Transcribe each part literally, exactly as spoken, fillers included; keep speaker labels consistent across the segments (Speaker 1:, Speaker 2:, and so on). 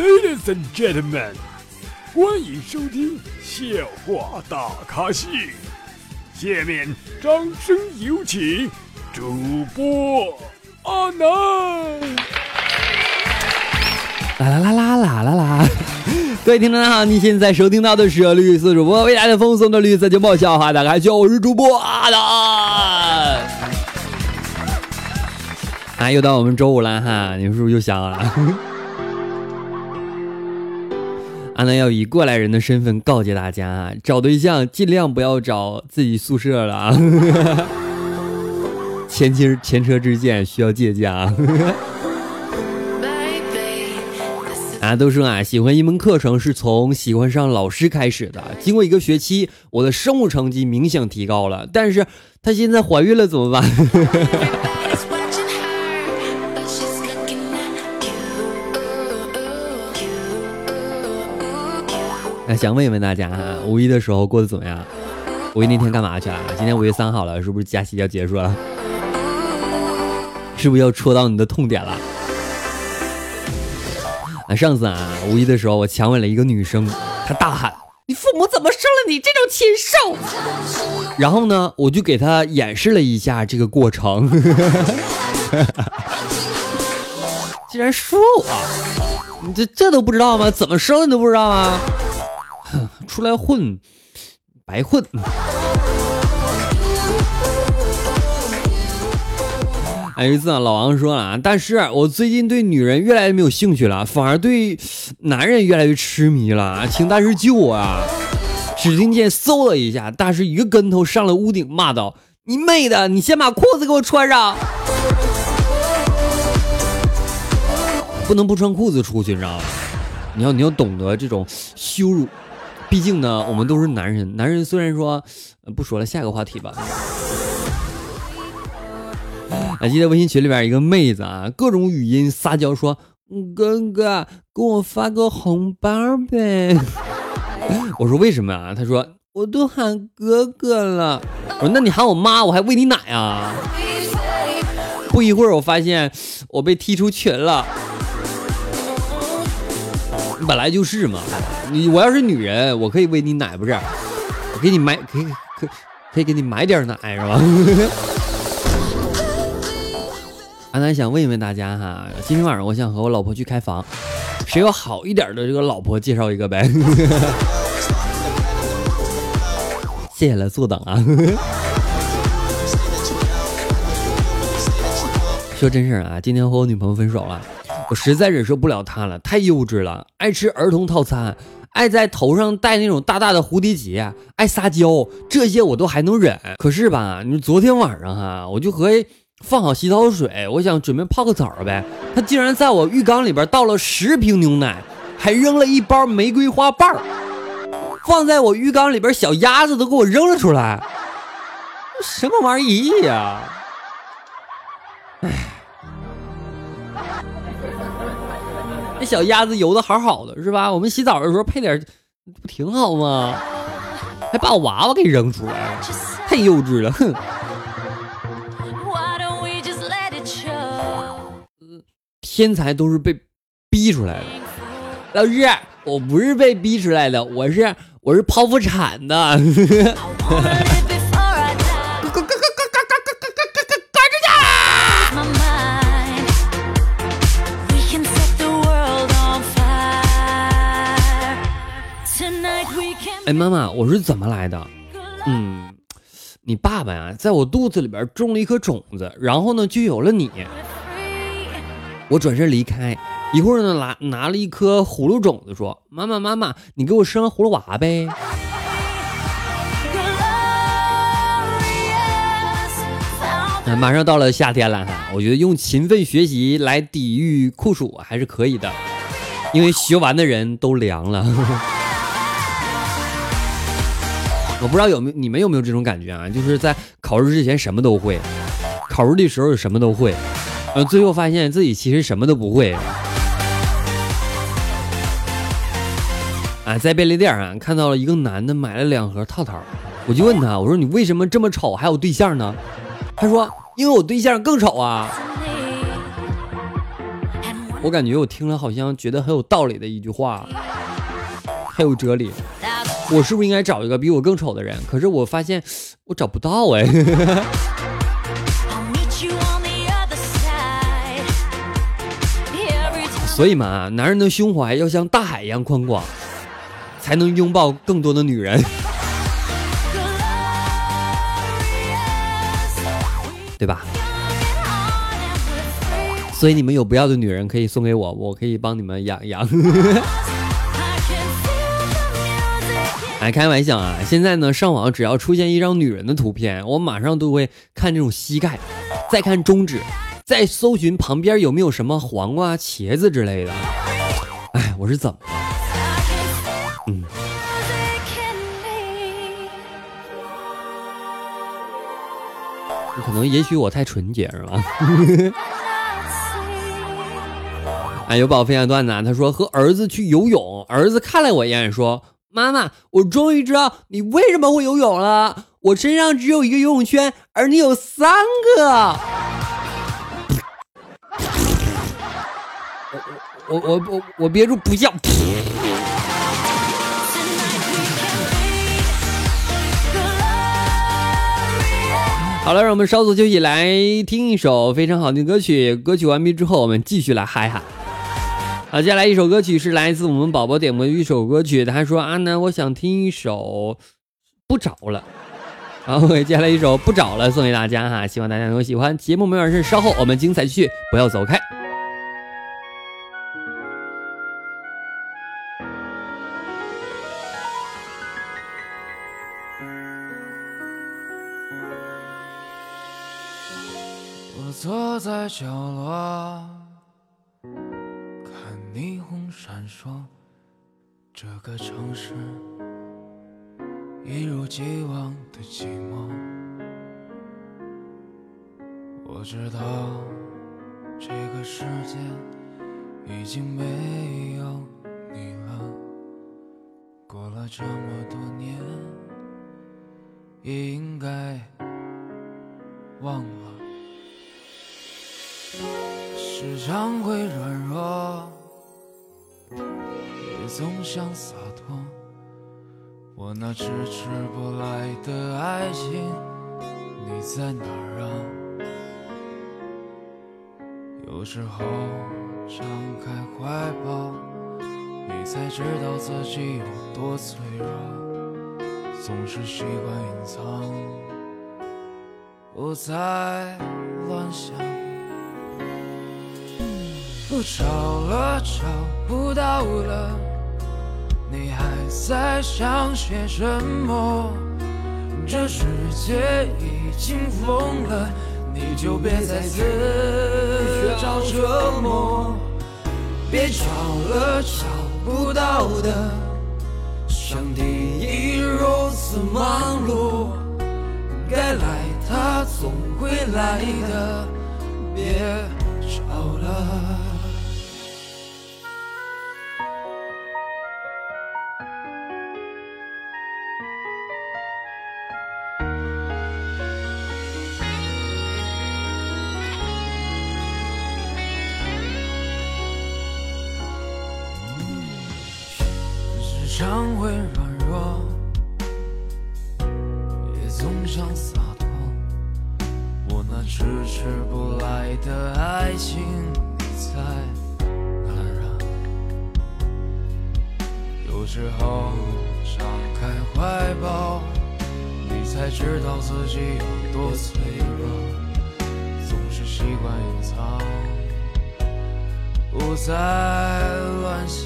Speaker 1: Ladies and gentlemen， 欢迎收听笑话大咖秀。下面掌声有请主播阿南。
Speaker 2: 啦啦啦啦啦啦！各位听众大家好，你现在收听到的是绿色主播为大家奉送的绿色节目笑话大咖秀，我是主播阿南。啊，又到我们周五了哈，你们是不是又想我了？阿南要以过来人的身份告诫大家，找对象尽量不要找自己宿舍了啊！前车前车之鉴需要借鉴啊！啊，都说啊，喜欢一门课程是从喜欢上老师开始的。经过一个学期，我的生物成绩明显提高了，但是她现在怀孕了怎么办？那想问一问大家哈，五一的时候过得怎么样？五一那天干嘛去了？今天五月三号了，是不是假期要结束了？是不是要戳到你的痛点了？啊，上次啊，五一的时候我强吻了一个女生，她大喊：“你父母怎么生了你这种禽兽？”然后呢，我就给她演示了一下这个过程。竟然说我，你这这都不知道吗？怎么生的都不知道吗？出来混，白混。有一次啊，老王说了啊，但是我最近对女人越来越没有兴趣了，反而对男人越来越痴迷了，请大师救我啊！只听见嗖了一下，大师一个跟头上了屋顶，骂道：“你妹的，你先把裤子给我穿上！”不能不穿裤子出去，你知道吗？你要你要懂得这种羞辱。毕竟呢，我们都是男人。男人虽然说，呃、不说了，下个话题吧。还记得微信群里边一个妹子啊，各种语音撒娇说：“哥哥，给我发个红包呗。”我说为什么啊？她说我都喊哥哥了。我说那你喊我妈，我还喂你奶啊。不一会儿，我发现我被踢出群了。本来就是嘛，你我要是女人，我可以喂你奶，不是？我给你买，可以可可以给你买点奶，是吧？阿南想问一问大家哈，今天晚上我想和我老婆去开房，谁有好一点的这个老婆介绍一个呗？谢谢了，坐等啊。说真事啊，今天和我女朋友分手了。我实在忍受不了她了，太幼稚了，爱吃儿童套餐，爱在头上戴那种大大的蝴蝶结，爱撒娇，这些我都还能忍。可是吧，你昨天晚上哈，我就和放好洗澡水，我想准备泡个澡呗，她竟然在我浴缸里边倒了十瓶牛奶，还扔了一包玫瑰花瓣，放在我浴缸里边小鸭子都给我扔了出来，什么玩意儿呀？唉。这小鸭子游的好好的是吧？我们洗澡的时候配点不挺好吗？还把我娃娃给扔出来，太幼稚了，哼！天才都是被逼出来的。老师，我不是被逼出来的，我是我是剖腹产的。哎，妈妈，我是怎么来的？嗯，你爸爸呀，在我肚子里边种了一颗种子，然后呢，就有了你。我转身离开，一会儿呢，拿拿了一颗葫芦种子，说：“妈妈，妈妈，你给我生个葫芦娃呗。”哎，马上到了夏天了哈，我觉得用勤奋学习来抵御酷暑还是可以的，因为学完的人都凉了。我不知道有没有你们有没有这种感觉啊？就是在考试之前什么都会，考试的时候什么都会，呃，最后发现自己其实什么都不会。啊，在便利店啊看到了一个男的买了两盒套套，我就问他，我说你为什么这么丑还有对象呢？他说因为我对象更丑啊。 我感觉我听了好像觉得很有道理的一句话，很有哲理。我是不是应该找一个比我更丑的人？可是我发现我找不到哎。所以嘛，男人的胸怀要像大海一样宽广，才能拥抱更多的女人，对吧？所以你们有不要的女人可以送给我，我可以帮你们养养。哎，开玩笑啊！现在呢，上网只要出现一张女人的图片，我马上都会看这种膝盖，再看中指，再搜寻旁边有没有什么黄瓜、茄子之类的。哎，我是怎么了？嗯。可能也许我太纯洁是吧？哎，有宝分享段子，他说和儿子去游泳，儿子看了我一眼说，妈妈，我终于知道你为什么会游泳了，我身上只有一个游泳圈，而你有三个。我我我我憋住不笑。好了，让我们稍作休息，来听一首非常好听的歌曲。歌曲完毕之后，我们继续来嗨哈。好，接下来一首歌曲是来自我们宝宝点播的一首歌曲，他说阿南，我想听一首不找了。然后接下来一首不找了送给大家哈，希望大家能够喜欢。节目没完事，稍后我们精彩继续，不要走开。
Speaker 3: 我坐在角落，看霓虹闪烁，这个城市一如既往的寂寞。我知道这个世界已经没有你了，过了这么多年，也应该忘了。时常会软弱，也总想洒脱，我那迟迟不来的爱情，你在哪儿啊？有时候张开怀抱，你才知道自己有多脆弱，总是习惯隐藏，不再乱想。不找了，找不到了，你还在想些什么？这世界已经疯了，你就别再自找折磨。别找了，找不到的，上帝已如此忙碌，该来他总会来的，别找了。常会软弱，也总想洒脱，我那迟迟不来的爱情，你在哪儿啊？有时候张开怀抱，你才知道自己有多脆弱，总是习惯隐藏，不再乱想。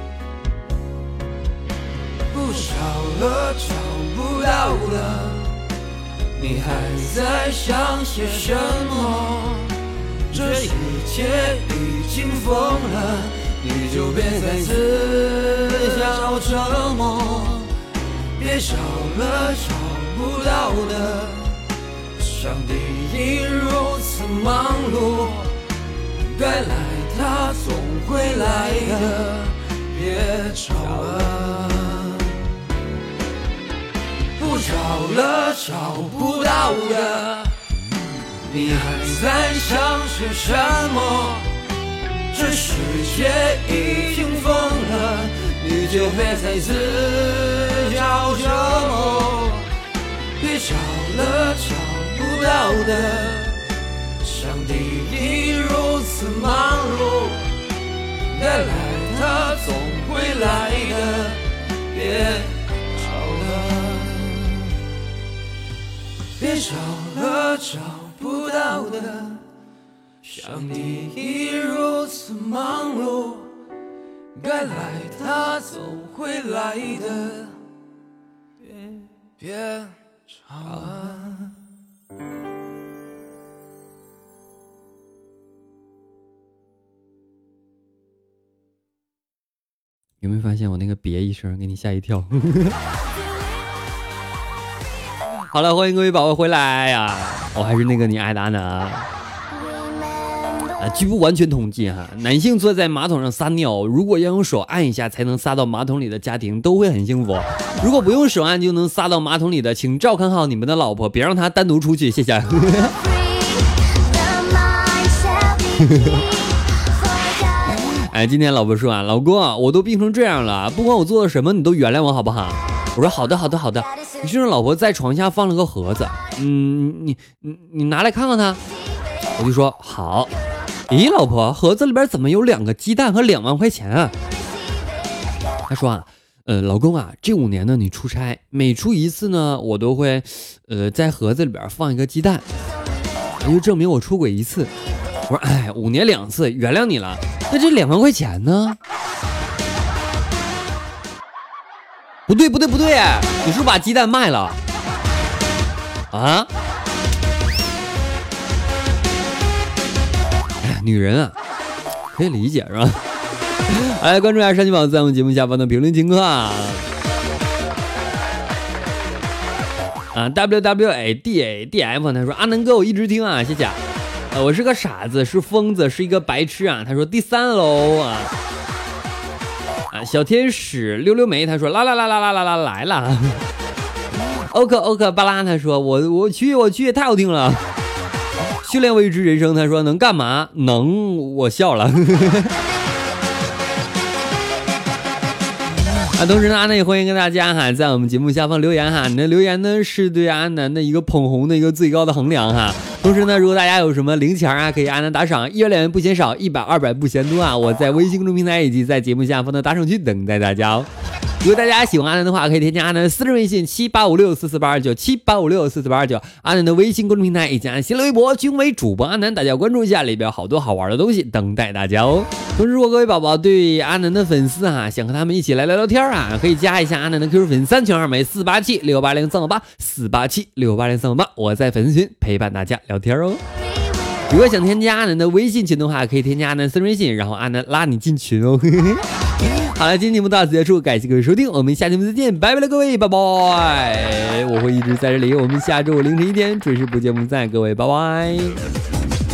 Speaker 3: 不找了，找不到了，你还在想些什么？这世界已经疯了，你就别再自找折磨。别找了，找不到的，上帝已如此忙碌，该来他总会来的，别找了。不找了，找不到的，你还在想些什么？ 这世界已经疯了，你就别再自找折磨，别找了找不到的，上帝已如此忙碌，该来的总会来的，别找了，别找了找不到的，上帝已如此忙碌，该来的总会来的，别别找了。
Speaker 2: 有没有发现我那个别一声给你吓一跳？好了，欢迎各位宝宝回来呀！我、哦、还是那个你爱的阿南啊。啊，据不完全统计哈，男性坐在马桶上撒尿，如果要用手按一下才能撒到马桶里的家庭都会很幸福；如果不用手按就能撒到马桶里的，请照看好你们的老婆，别让她单独出去，谢谢。哎，今天老婆说啊，老公啊，我都病成这样了，不管我做了什么，你都原谅我好不好？我说好的，好的，好的。于是老婆在床下放了个盒子，嗯，你你你拿来看看它。我就说好。咦，老婆，盒子里边怎么有两个鸡蛋和两万块钱啊？他说啊，呃，老公啊，这五年呢，你出差每出一次呢，我都会，呃，在盒子里边放一个鸡蛋，那就证明我出轨一次。我说，哎，五年两次，原谅你了。那这两万块钱呢？不对，不对，不对，你是不是把鸡蛋卖了？啊？哎呀，女人啊，可以理解是吧？来关注一下山鸡宝在我们节目下方的评论情况啊。啊 ，W W A D A D F 他说阿南哥我一直听啊，谢谢。呃，我是个傻子，是疯子，是一个白痴啊。他说第三楼啊。啊，小天使溜溜梅他说啦啦啦啦啦啦啦来了。欧克欧克巴拉他说我我去我去太好听了。训练未知人生他说能干嘛？能，我笑了。啊，同时呢，阿南也欢迎跟大家哈，在我们节目下方留言哈，你的留言呢是对阿南的一个捧红的一个最高的衡量哈。同时呢，如果大家有什么零钱啊，可以阿南打赏，一元两元不嫌少，一百二百不嫌多啊。我在微信公众平台以及在节目下方的打赏区等待大家哦。如果大家喜欢阿南的话，可以添加阿南的私人微信七八五六四四八二九七八五六四四八二九，阿南的微信公众平台以及新浪微博均为主播阿南，大家关注一下，里边有好多好玩的东西等待大家哦。同时，如果各位宝宝对阿南的粉丝啊，想和他们一起来聊聊天啊，可以加一下阿南的 Q Q 粉三群二枚四八七六八零三五八四八七六八零三五八，我在粉丝群陪伴大家聊天哦。如果想添加阿南的微信群的话，可以添加阿南私人微信，然后阿南拉你进群哦。好了，今天节目到此结束，感谢各位收听，我们下期节目再见，拜拜了各位，拜拜！我会一直在这里，我们下周凌晨一点准时不见不散，各位拜拜。